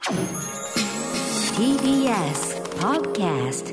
TBS Podcast。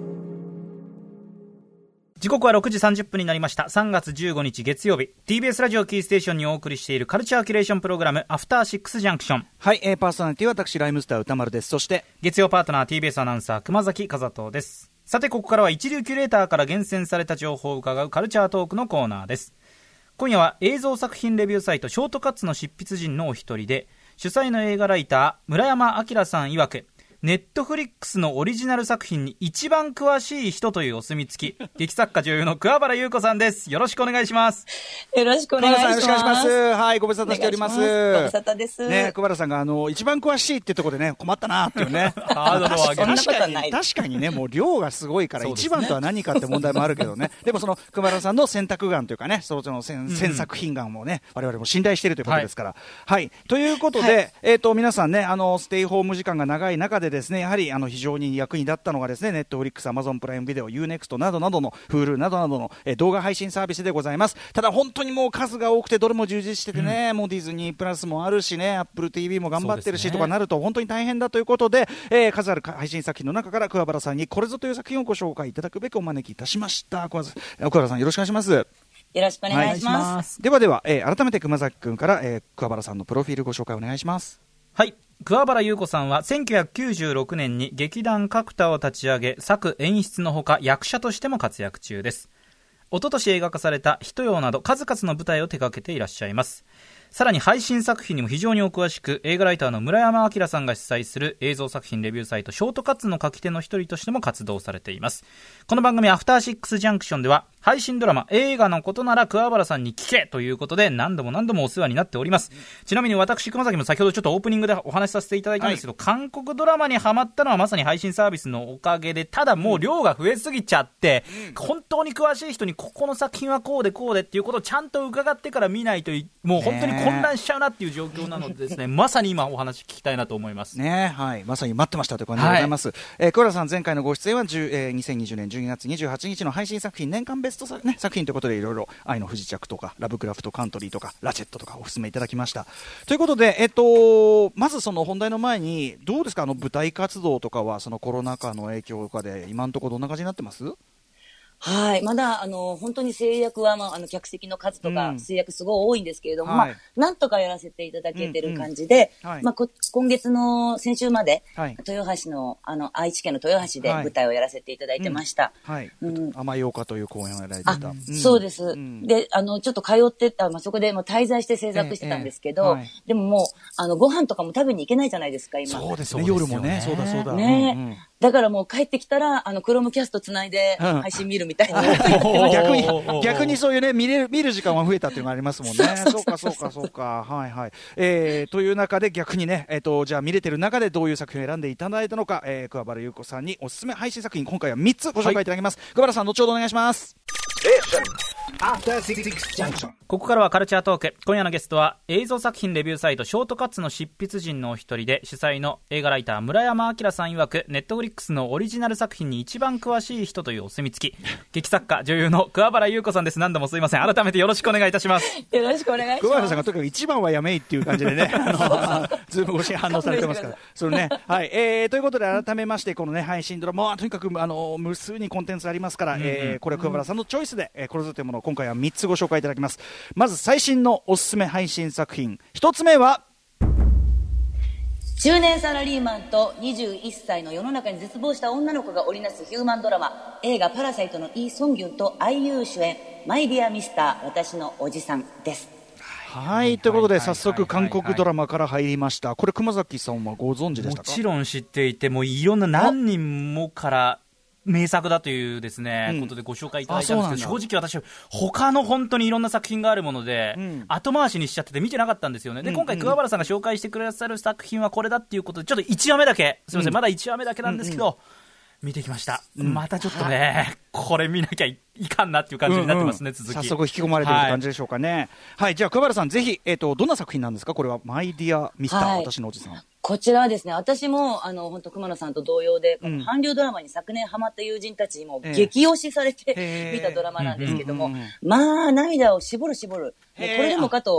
時刻は6時30分になりました。3月15日月曜日、 TBS ラジオキーステーションにお送りしているカルチャーキュレーションプログラム、アフターシックスジャンクション。 はい、パーソナリティは私ライムスター歌丸です。そして月曜パートナー TBS アナウンサー熊崎和人です。さて、ここからは一流キュレーターから厳選された情報を伺うカルチャートークのコーナーです。今夜は映像作品レビューサイトショートカッツの執筆陣のお一人で、主催の映画ライター村山明さん曰く、ネットフリックスのオリジナル作品に一番詳しい人というお墨付き、劇作家女優の桑原優子さんです。よろしくお願いします。 よろしくお願いします。 よろしくお願いします。はい、ご無沙汰しております。 ご無沙汰です。 ね、桑原さんが一番詳しいってところでね、困ったなっていうね。 ハードルを上げる。 確かにね、もう量がすごいから一番とは何かって問題もあるけどね。でもその桑原さんの選択眼というかね、その選作品眼もね、我々も信頼しているということですから。はい。ということで、皆さんね、ステイホーム時間が長い中でですね、やはり非常に役に立ったのがですね、ネットフリックス、アマゾンプライムビデオ、UNEXT などなどの Hulu などなどの動画配信サービスでございます。ただ本当にもう数が多くてどれも充実しててね、もうディズニープラスもあるしね、Apple TV も頑張ってるしとかなると本当に大変だということで、数ある配信作品の中から桑原さんにこれぞという作品をご紹介いただくべくお招きいたしました。桑原さんよろしくお願いします。 よろしくお願いします。 では、改めて熊崎君から、桑原さんのプロフィールご紹介お願いします。 はい。桑原優子さんは1996年に劇団角田を立ち上げ、作演出のほか役者としても活躍中です。一昨年映画化された人よなど数々の舞台を手掛けていらっしゃいます。さらに配信作品にも非常にお詳しく、映画ライターの村山明さんが主催する映像作品レビューサイトショートカッツの書き手の一人としても活動されています。この番組アフターシックスジャンクションでは、配信ドラマ映画のことなら桑原さんに聞けということで何度もお世話になっております。ちなみに私熊崎も先ほどちょっとオープニングでお話しさせていただいたんですけど、韓国ドラマにハマったのはまさに配信サービスのおかげで、ただもう量が増えすぎちゃって、本当に詳しい人にここの作品はこうでっていうことをちゃんと伺ってから見ないと、もう本当に混乱しちゃうなっていう状況なのでですね、まさに今お話聞きたいなと思いますね。はい、まさに待ってましたという感じでございます。桑原さん前回のご出演は2020年12月28日の配信作品年間ベスト作品ということで、いろいろ愛の不時着とかラブクラフトカントリーとかラチェットとかお勧めいただきました。ということで、まずその本題の前にどうですか、舞台活動とかはそのコロナ禍の影響とかで今のところどんな感じになってます？ はい、まだ本当に制約は、客席の数とか制約すごい多いんですけれども、なんとかやらせていただけてる感じで、今月の先週まで、豊橋の愛知県の豊橋で舞台をやらせていただいてました。 甘い丘という公演をやられてた。 そうです。で、ちょっと通ってた、そこでもう滞在して制作してたんですけど、でももうご飯とかも食べに行けないじゃないですか今。 そうですね、夜もね。そうだね。だからもう帰ってきたらクロームキャストつないで配信見るみたいな。 逆にそういうね見る時間は増えたっていうのがありますもんね。そうか。はいはい。という中で逆にね、じゃあ見れてる中でどういう作品を選んでいただいたのか、桑原優子さんにおすすめ配信作品今回は3つご紹介いただきます。桑原さん後ほどお願いします。 ここからはカルチャートーク。今夜のゲストは映像作品レビューサイトショートカッツの執筆陣のお一人で、主催の映画ライター村山明さん曰く、ネットフリックスのオリジナル作品に一番詳しい人というお墨付き、劇作家女優の桑原優子さんです。何度もすいません。改めてよろしくお願いいたします。 よろしくお願いします。 桑原さんがとにかく一番はやめいっていう感じでねズーム越しに反応されてますからそれね、はい。ということで改めまして、このね配信ドラマはとにかく無数にコンテンツありますから、これは桑原さんのチョイスで、これぞというものを今回は3つご紹介いただきます。まず最新のおすすめ配信作品、1つ目は中年サラリーマンと21歳の世の中に絶望した女の子が織りなすヒューマンドラマ、映画パラサイトのイ・ソンギュンと IU 主演、マイディアミスター私のおじさんです。 はい、ということで早速韓国ドラマから入りました。これ熊崎さんはご存知でしたか？ もちろん知っていて、もういろんな何人もから名作だというですね、ことでご紹介いただいたんですけど、正直私他の本当にいろんな作品があるもので、後回しにしちゃってて見てなかったんですよね。で、今回桑原さんが紹介してくださる作品はこれだっていうことで、ちょっと1話目だけ、すみません、まだ1話目だけなんですけど、見てきました。またちょっとね、これ見なきゃいかんなっていう感じになってますね。続き早速引き込まれてる感じでしょうかね。はい、じゃあ桑原さんぜひ、どんな作品なんですか？これはマイディアミスター、私のおじさん。 こちらはですね、私も本当熊野さんと同様で、韓流ドラマに昨年ハマった友人たちにも激推しされて見たドラマなんですけども、まあ涙を絞る。これでもかと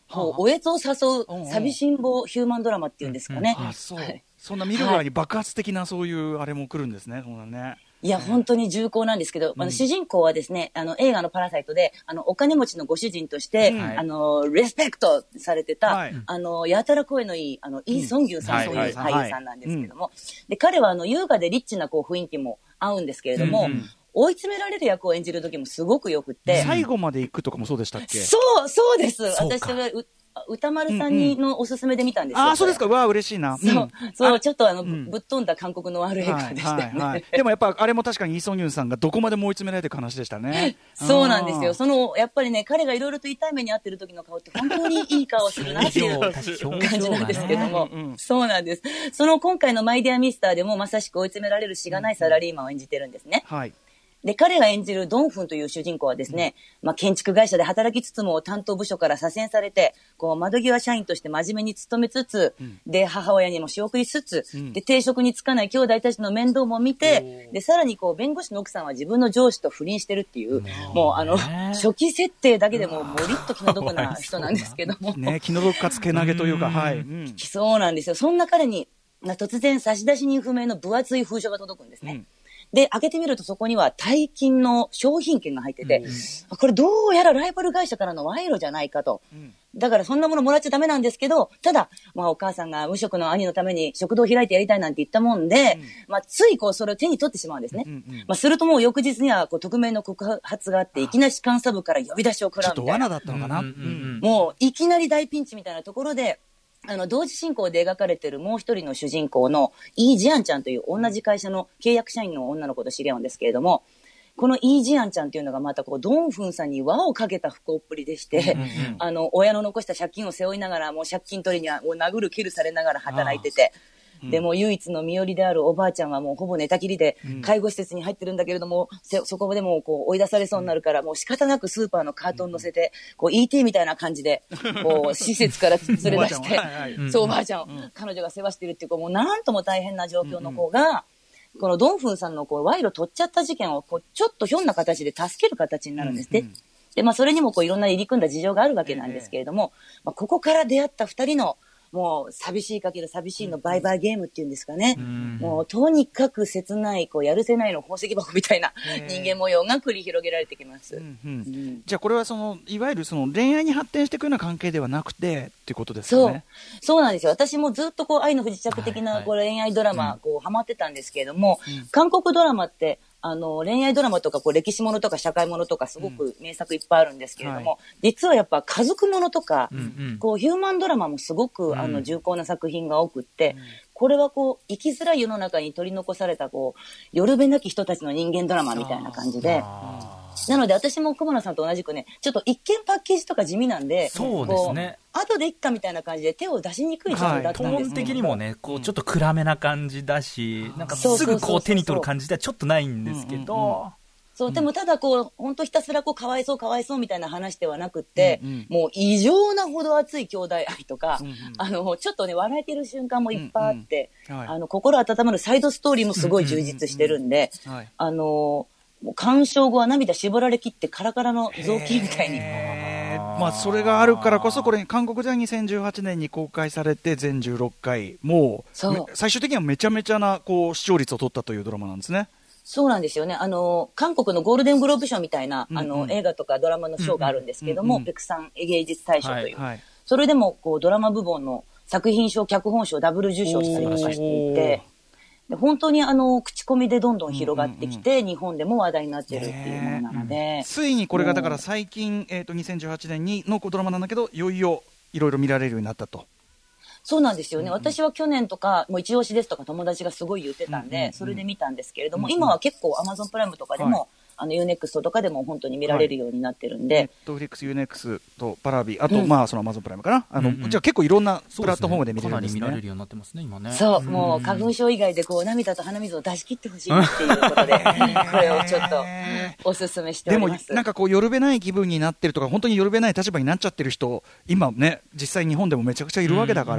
おえつを誘う寂しん坊ヒューマンドラマっていうんですかね。 そう、はい、そんな見るぐらいに爆発的なそういうあれも来るんですね。そんなね。 いや、本当に重厚なんですけど、主人公はですね、映画のパラサイトで、お金持ちのご主人として、レスペクトされてた、やたら声のいい、イ・ソンギュンさんという俳優さんなんですけども、で、彼は優雅でリッチなこう雰囲気も合うんですけれども、追い詰められる役を演じる時もすごくよくって。 最後まで行くとかもそうでしたっけ？ そうです。私は歌丸さんのおすすめで見たんですよ。 そうですか。わあ、嬉しいな。 そう、ちょっとぶっ飛んだ韓国の悪い映画でしたよね。 でもやっぱあれも確かにイ・ソンギュンさんがどこまでも追い詰められていく話でしたね。 そうなんですよ。やっぱりね、彼がいろいろと痛い目に遭ってる時の顔って本当にいい顔するなっていう感じなんですけども。そうなんです。今回のマイディアミスターでもまさしく追い詰められるしがないサラリーマンを演じてるんですね。はい。で、彼が演じるドンフンという主人公はですね、建築会社で働きつつも担当部署から左遷されて、窓際社員として真面目に勤めつつ、で、母親にも仕送りしつつ、で、定職に就かない兄弟たちの面倒も見て、で、さらに弁護士の奥さんは自分の上司と不倫してるっていう、もう初期設定だけでももりっと気の毒な人なんですけども。 ね、気の毒かつけ投げというか、はい。 そうなんですよ。そんな彼に、突然差出人不明の分厚い封書が届くんですね。で、開けてみるとそこには大金の商品券が入ってて、これどうやらライバル会社からの賄賂じゃないかと。だからそんなものもらっちゃダメなんですけど、ただ、お母さんが無職の兄のために食堂を開いてやりたいなんて言ったもんで、ついそれを手に取ってしまうんですね。するともう翌日には匿名の告発があって、いきなり監査部から呼び出しを食らうみたいな。 ちょっと罠だったのかな。 もういきなり大ピンチみたいなところで、同時進行で描かれているもう一人の主人公のイ・ジアンちゃんという同じ会社の契約社員の女の子と知り合うんですけれども、このイ・ジアンちゃんっていうのがまたドンフンさんに輪をかけた不幸っぷりでして、親の残した借金を背負いながら、もう借金取りにはもう殴る蹴るされながら働いてて、でも唯一の身寄りであるおばあちゃんはもうほぼ寝たきりで介護施設に入ってるんだけれども、そこでも追い出されそうになるからもう仕方なくスーパーのカートン乗せてET みたいな感じで施設から連れ出してそうおばあちゃんを彼女が世話してるっていうもうなんとも大変な状況の子がこのドンフンさんの賄賂取っちゃった事件をちょっとひょんな形で助ける形になるんですね。でそれにもいろんな入り組んだ事情があるわけなんですけれども、ここから出会った2人のもう寂しいかける寂しいのバイバイゲームっていうんですかね。もうとにかく切ないやるせないの宝石箱みたいな人間模様が繰り広げられてきます。 じゃあこれはいわゆる恋愛に発展していくような関係ではなくてっていうことですかね。 そうなんですよ。私もずっと愛の不時着的な恋愛ドラマハマってたんですけれども、韓国ドラマって恋愛ドラマとか歴史ものとか社会ものとかすごく名作いっぱいあるんですけれども、実はやっぱ家族ものとか、ヒューマンドラマもすごく重厚な作品が多くって、これは生きづらい世の中に取り残されたよるべなき人たちの人間ドラマみたいな感じで、なので私も熊野さんと同じくね、ちょっと一見パッケージとか地味なんで、 そうですね。 後でいっかみたいな感じで手を出しにくいジャンルだったんですけど、 トーン的にもね、ちょっと暗めな感じだし、なんかすぐ手に取る感じではちょっとないんですけど、 でもただ本当ひたすらかわいそうみたいな話ではなくって、もう異常なほど熱い兄弟愛とか、ちょっとね笑えてる瞬間もいっぱいあって、心温まるサイドストーリーもすごい充実してるんで、もう鑑賞後は涙絞られきってカラカラの雑巾みたいに。 それがあるからこそこれ韓国では2018年に公開されて全16回もう最終的にはめちゃめちゃな視聴率を取ったというドラマなんですね。 そうなんですよね。韓国のゴールデングローブ賞みたいな、映画とかドラマの賞があるんですけども、ペクサン芸術大賞という、それでもドラマ部門の作品賞脚本賞ダブル受賞したりとかしていて、本当に口コミでどんどん広がってきて、日本でも話題になってるっていうものなので、 ついにこれがだから最近、2018年のドラマなんだけど、いよいよいろいろ見られるようになったと。 そうなんですよね。私は去年とかもう一押しですとか友達がすごい言ってたんで、それで見たんですけれども、今は結構 Amazon プライムとかでも、UNEXT とかでも本当に見られるようになってるんで、 Netflix、UNEXT とパラビ、あとAmazon プライムかな、じゃあ結構いろんなプラットフォームで見れるんですね。 かなり見られるようになってますね今ね。 そうもう花粉症以外で涙と鼻水を出し切ってほしいっていうことでこれをちょっとおすすめしております。 でもなんかよるべない気分になってるとか本当によるべない立場になっちゃってる人今ね実際日本でもめちゃくちゃいるわけだから、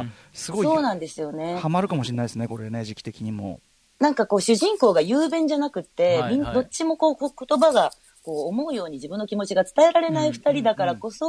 すごいそうなんですよね。 ハマるかもしれないですねこれね時期的にも。 なんか主人公が雄弁じゃなくて、どっちも言葉が思うように自分の気持ちが伝えられない2人だからこそ、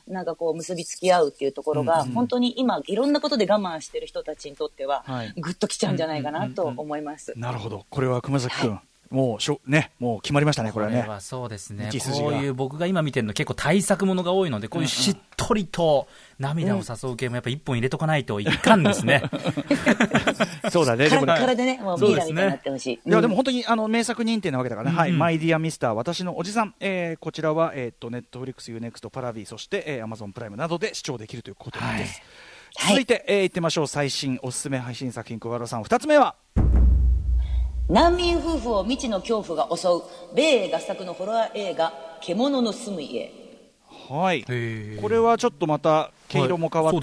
なんかこう結びつき合うっていうところが、本当に今いろんなことで我慢してる人たちにとっては、ぐっときちゃうんじゃないかなと思います。 なるほど。これは熊崎君、もう決まりましたね、これはね。 これはそうですね。こういう僕が今見てるの結構大作ものが多いので、こういうしっとりと涙を誘う系もやっぱ一本入れとかないといかんですね。 そうだね。 でもね、体でね、もうミイラみたいになってほしい。 いやでも本当に名作認定なわけだからね。はい、マイディアミスター私のおじさん、こちらはネットフリックス、ユーネクスト、パラビそしてアマゾンプライムなどで視聴できるということです。続いていってみましょう。最新おすすめ配信作品、桑原さん2つ目は。 難民夫婦を未知の恐怖が襲う米合作のホラー映画獣の住む家。 はい、これはちょっとまた毛色も変わって、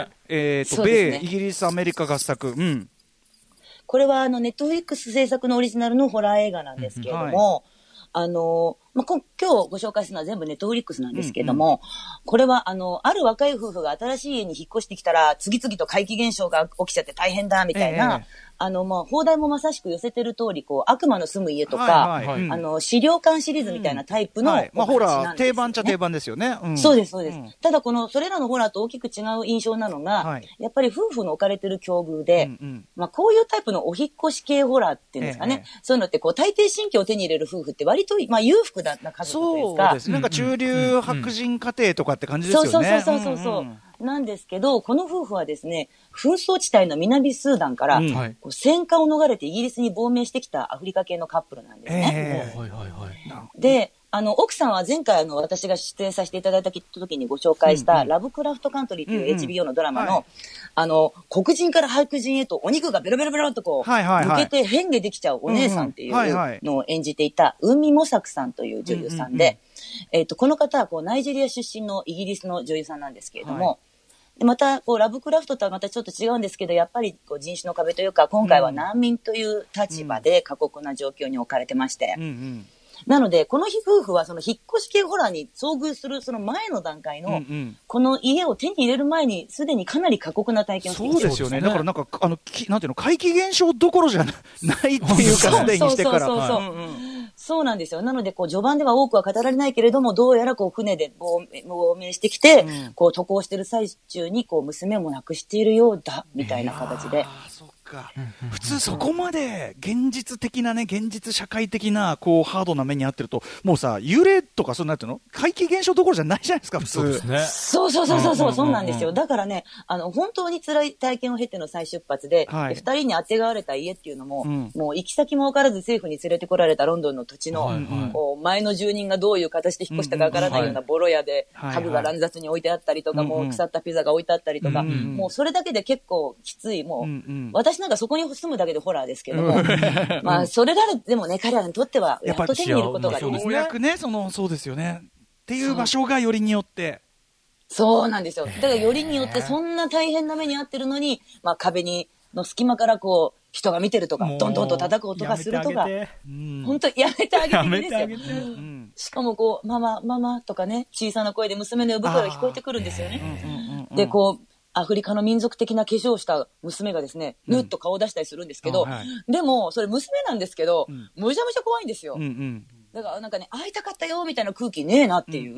米、イギリス、アメリカ合作、 これはネットフリックス制作のオリジナルのホラー映画なんですけれども、今日ご紹介するのは全部ネットフリックスなんですけれども、これはある若い夫婦が新しい家に引っ越してきたら次々と怪奇現象が起きちゃって大変だみたいな、放題もまさしく寄せてる通り、こう悪魔の住む家とか、資料館シリーズみたいなタイプの、 ホラー定番っちゃ定番ですよね。 そうですそうです。ただそれらのホラーと大きく違う印象なのが、やっぱり夫婦の置かれてる境遇で、こういうタイプのお引っ越し系ホラーっていうんですかね、そういうのってこう大抵新居を手に入れる夫婦って割と裕福な家族というか、 そうです。なんか中流白人家庭とかって感じですよね。 そうなんですけど、この夫婦はですね、紛争地帯の南スーダンから、戦火を逃れてイギリスに亡命してきたアフリカ系のカップルなんですね。で、奥さんは前回私が出演させていただいた時にご紹介したラブクラフトカントリーという HBO のドラマの、黒人から白人へとお肉がベロベロベロっとこう、抜けて変化できちゃうお姉さんっていうのを演じていたウンミ・モサクさんという女優さんで、この方はナイジェリア出身のイギリスの女優さんなんですけれども、でまたラブクラフトとはまたちょっと違うんですけど、やっぱり人種の壁というか、今回は難民という立場で過酷な状況に置かれてまして、なのでこの夫婦はその引っ越し系ホラーに遭遇するその前の段階の、この家を手に入れる前にすでにかなり過酷な体験をしている。 そうですよね。だからなんかなんていうの、怪奇現象どころじゃないっていうか、すでにしてから。 そうなんですよ。なので序盤では多くは語られないけれども、どうやら船で亡命してきて、渡航している最中に娘も亡くしているようだみたいな形で。 普通そこまで現実的なね、現実社会的なハードな目に遭ってると、もうさ、幽霊とかそうなってるの怪奇現象どころじゃないじゃないですか、普通。 そうなんですよ。だからね、本当に辛い体験を経ての再出発で、二人にあてがわれた家っていうのも、もう行き先も分からず政府に連れてこられたロンドンの土地の、前の住人がどういう形で引っ越したか分からないようなボロ屋で、家具が乱雑に置いてあったりとか、もう腐ったピザが置いてあったりとか、もうそれだけで結構きつい、もう、私なんかそこに住むだけでホラーですけども、それらでもね、彼らにとってはやっと手に入れることができる。 ようやくね、そうですよね。っていう場所がよりによって。 そうなんですよ。だからよりによってそんな大変な目に遭ってるのに、壁の隙間から人が見てるとか、どんどんと叩く音がするとか、本当やめてあげてですよ。しかもママとかね、小さな声で娘の呼ぶ声が聞こえてくるんですよね。で、アフリカの民族的な化粧をした娘がですね、ぬっと顔を出したりするんですけど、でも、それ娘なんですけど、むちゃむちゃ怖いんですよ。だからなんかね、会いたかったよみたいな空気ねえなっていう、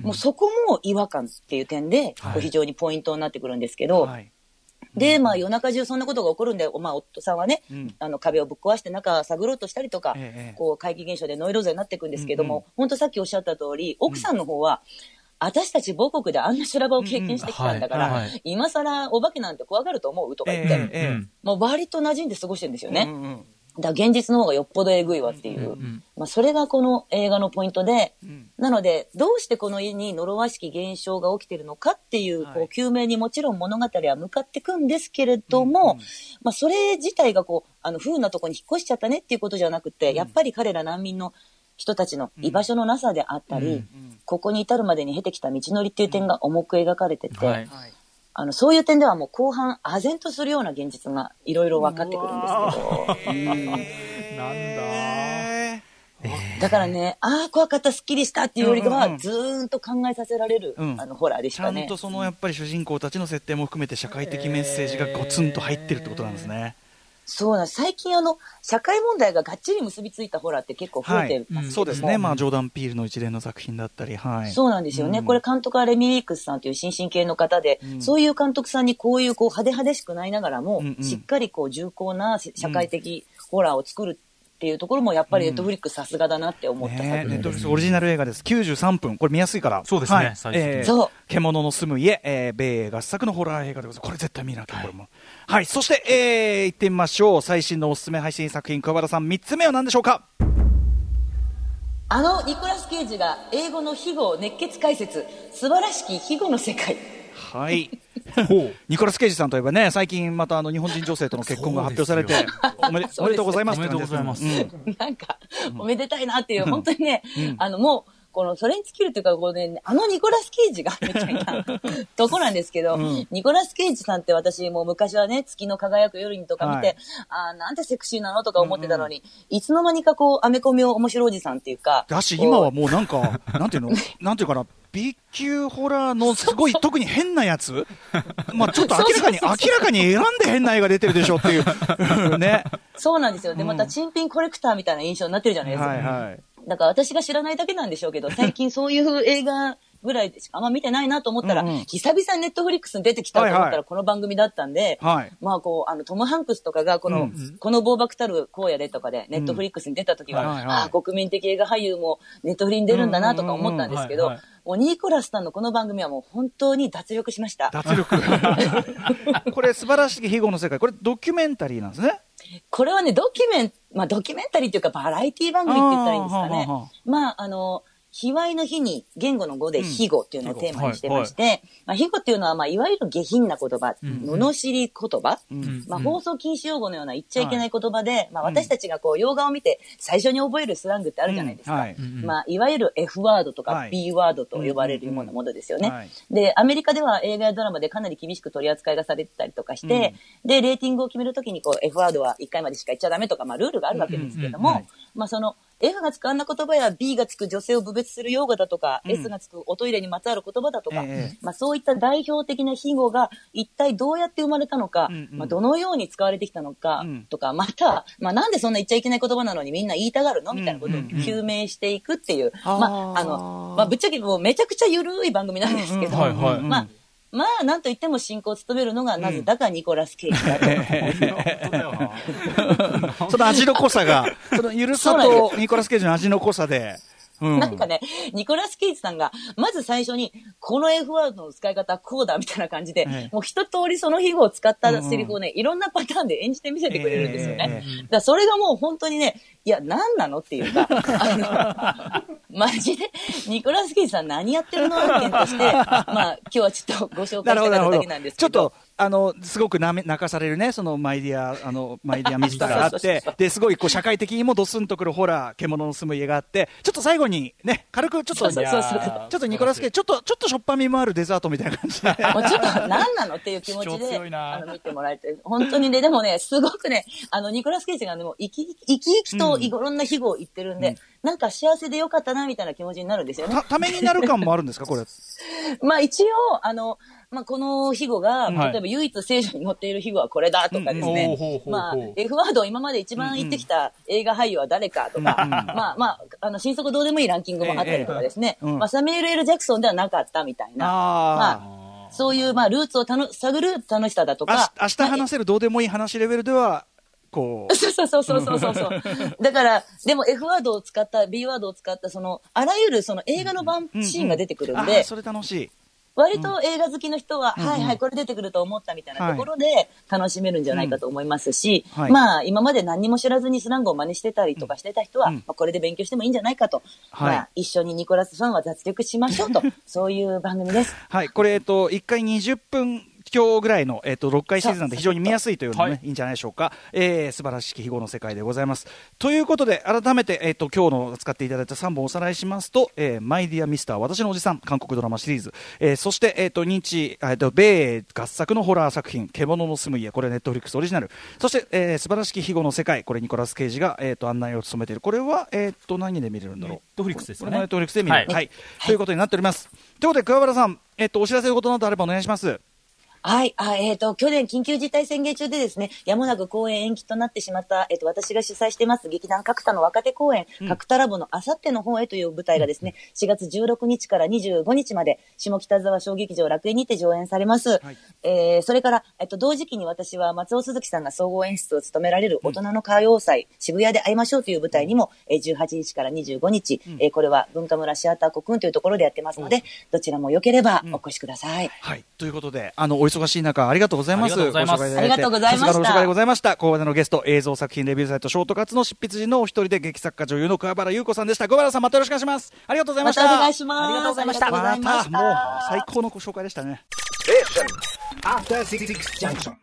もうそこも違和感っていう点で、非常にポイントになってくるんですけど、で、夜中中そんなことが起こるんで、夫さんはね、壁をぶっ壊して中探ろうとしたりとか、怪奇現象でノイローゼになっていくんですけども、本当さっきおっしゃった通り、奥さんの方は、私たち母国であんな修羅場を経験してきたんだから、今更お化けなんて怖がると思うとか言って、もう割と馴染んで過ごしてるんですよね。だから現実の方がよっぽどえぐいわっていう、それがこの映画のポイントで、なのでどうしてこの家に呪わしき現象が起きてるのかっていう、究明にもちろん物語は向かっていくんですけれども、それ自体が不運なとこに引っ越しちゃったねっていうことじゃなくて、やっぱり彼ら難民の人たちの居場所のなさであったり、ここに至るまでに経てきた道のりっていう点が重く描かれてて、そういう点ではもう後半唖然とするような現実がいろいろ分かってくるんですけど、なんだだからね、怖かった、すっきりしたっていうよりかは、ずーんと考えさせられる、ホラーでしたね。 ちゃんとやっぱり主人公たちの設定も含めて社会的メッセージがゴツンと入ってるってことなんですね。 そうなんです。最近社会問題ががっちり結びついたホラーって結構増えてますけども、 そうですね。まあジョーダン・ピールの一連の作品だったり、 そうなんですよね。これ監督はレミ・ウィークスさんという新進系の方で、そういう監督さんにこういう派手派手しくないながらも、しっかり重厚な社会的ホラーを作るっていうところもやっぱりネットフリックスさすがだなって思った作品です。 ネットフリックスオリジナル映画です。93分。これ見やすいから。 そうですね。 獣の住む家、米英合作のホラー映画でございます。これ絶対見なきゃ、これも。はい。そして、行ってみましょう。最新のおすすめ配信作品、桑原さん、3つ目は何でしょうか？ ニコラス・ケイジが英語の非語熱血解説、素晴らしき非語の世界。 はい。ニコラス・ケイジさんといえばね、最近また日本人女性との結婚が発表されて、おめでとうございます。 おめでとうございます。 なんか、おめでたいなっていう、本当にね、もう、それに尽きるというか、ニコラス・ケイジが、みたいなとこなんですけど、ニコラス・ケイジさんって私も昔はね、月の輝く夜にとか見て、なんてセクシーなのとか思ってたのに、いつの間にかアメコミ面白おじさんっていうか。 だし、今はもうなんか、なんていうかな、B 級ホラーのすごい特に変なやつまあちょっと明らかに選んで変な絵が出てるでしょっていうね。 そうなんですよ。で、また珍品コレクターみたいな印象になってるじゃないですか。だから私が知らないだけなんでしょうけど、最近そういう映画ぐらいでしかあんま見てないなと思ったら、久々にネットフリックスに出てきたと思ったらこの番組だったんで、まあトム・ハンクスとかがこの暴漠たる荒野でとかでネットフリックスに出た時は、国民的映画俳優もネットフリに出るんだなとか思ったんですけど、もうニコラスさんのこの番組はもう本当に脱力しました。 脱力これ素晴らしき非語の世界、これドキュメンタリーなんですね。 これはね、ドキュメンタリーっていうかバラエティ番組って言ったらいいんですかね。まあ卑猥の日に言語の語で非語っていうのをテーマにしてまして、非語っていうのは、いわゆる下品な言葉、罵り言葉、放送禁止用語のような言っちゃいけない言葉で、私たちが洋画を見て最初に覚えるスラングってあるじゃないですか。いわゆる F ワードとか B ワードと呼ばれるようなものですよね。で、アメリカでは映画やドラマでかなり厳しく取り扱いがされてたりとかして、で、レーティングを決めるときにF ワードは1回までしか言っちゃダメとか、ルールがあるわけですけども、その、F がつくあんな言葉や B がつく女性を侮蔑する用語だとか、S がつくおトイレにまつわる言葉だとか、そういった代表的な非語が一体どうやって生まれたのか、どのように使われてきたのかとか、また、なんでそんな言っちゃいけない言葉なのにみんな言いたがるのみたいなことを究明していくっていう、ぶっちゃけもうめちゃくちゃ緩い番組なんですけど、なんといっても進行を務めるのが、なぜだかニコラス・ケイジだと。 その味の濃さが、そのゆるさとニコラス・ケイジの味の濃さで。 なんかね、ニコラス・ケイジさんが、まず最初に、この F ワードの使い方はこうだ、みたいな感じで、もう一通りその比喩を使ったセリフをね、いろんなパターンで演じてみせてくれるんですよね。だからそれがもう本当にね、いや、何なのっていうか、マジで、ニコラス・ケイジさん何やってるの案件として、今日はちょっとご紹介したかっただけなんですけど。 すごく泣かされるね、そのマイディアミスターがあって、で、すごい社会的にもドスンとくるホラー、獣の住む家があって、ちょっと最後にね、軽くちょっとニコラス・ケイジ、ちょっとしょっぱみもあるデザートみたいな感じで。 もうちょっと何なのっていう気持ちで、見てもらえて、本当にね、でもね、すごくね、ニコラス・ケイジがね、もう生き生きといろんな非語を言ってるんで、なんか幸せでよかったな、みたいな気持ちになるんですよね。 ためになる感もあるんですか、これ。 一応、この非語が、例えば唯一聖書に載っている非語はこれだとかですね。F ワードを今まで一番言ってきた映画俳優は誰かとか、新速どうでもいいランキングもあったりとかですね。サミュエル・L・ジャクソンではなかったみたいな。そういう、ルーツを探る楽しさだとか。 明日話せるどうでもいい話レベルでは、 そう。だから、でも F ワードを使った、B ワードを使った、あらゆる映画のワンシーンが出てくるんで、 それ楽しい。 割と映画好きの人は、これ出てくると思ったみたいなところで楽しめるんじゃないかと思いますし、今まで何も知らずにスラングを真似してたりとかしてた人は、これで勉強してもいいんじゃないかと、一緒にニコラスファンは脱力しましょうと、そういう番組です。 はい、これ、1回20分、今日ぐらいの、6回シーズンなんで非常に見やすいというのもね、いいんじゃないでしょうか。素晴らしき非語の世界でございます。ということで、改めて、今日の使っていただいた3本おさらいしますと、マイディアミスター、私のおじさん、韓国ドラマシリーズ、そして、米合作のホラー作品、獣の住む家、これネットフリックスオリジナル。そして、素晴らしき非語の世界、これニコラス・ケイジが、案内を務めている。これは、何で見れるんだろう。 ネットフリックスですよね。 ネットフリックスで見れる。はい。ということになっております。ということで、桑原さん、お知らせのことなどあればお願いします。 はい。去年緊急事態宣言中でですね、やもなく公演延期となってしまった、私が主催してます劇団角田の若手公演、角田ラボのあさっての方へという舞台がですね、4月16日から25日まで、下北沢小劇場楽園にて上演されます。はい、それから、同時期に私は松尾鈴木さんが総合演出を務められる大人の歌謡祭、渋谷で会いましょうという舞台にも、18日から25日、これは文化村シアターコクーンというところでやってますので、どちらも良ければお越しください。 はい。ということで、お忙しい中、ありがとうございます。 ありがとうございます。 ありがとうございました。 ご紹介でございました。ここまでのゲスト、映像作品レビューサイトショートカツの執筆人のお一人で劇作家女優の桑原優子さんでした。桑原さん、またよろしくお願いします。ありがとうございました。 またお願いします。 ありがとうございました。 また、もう最高のご紹介でしたね。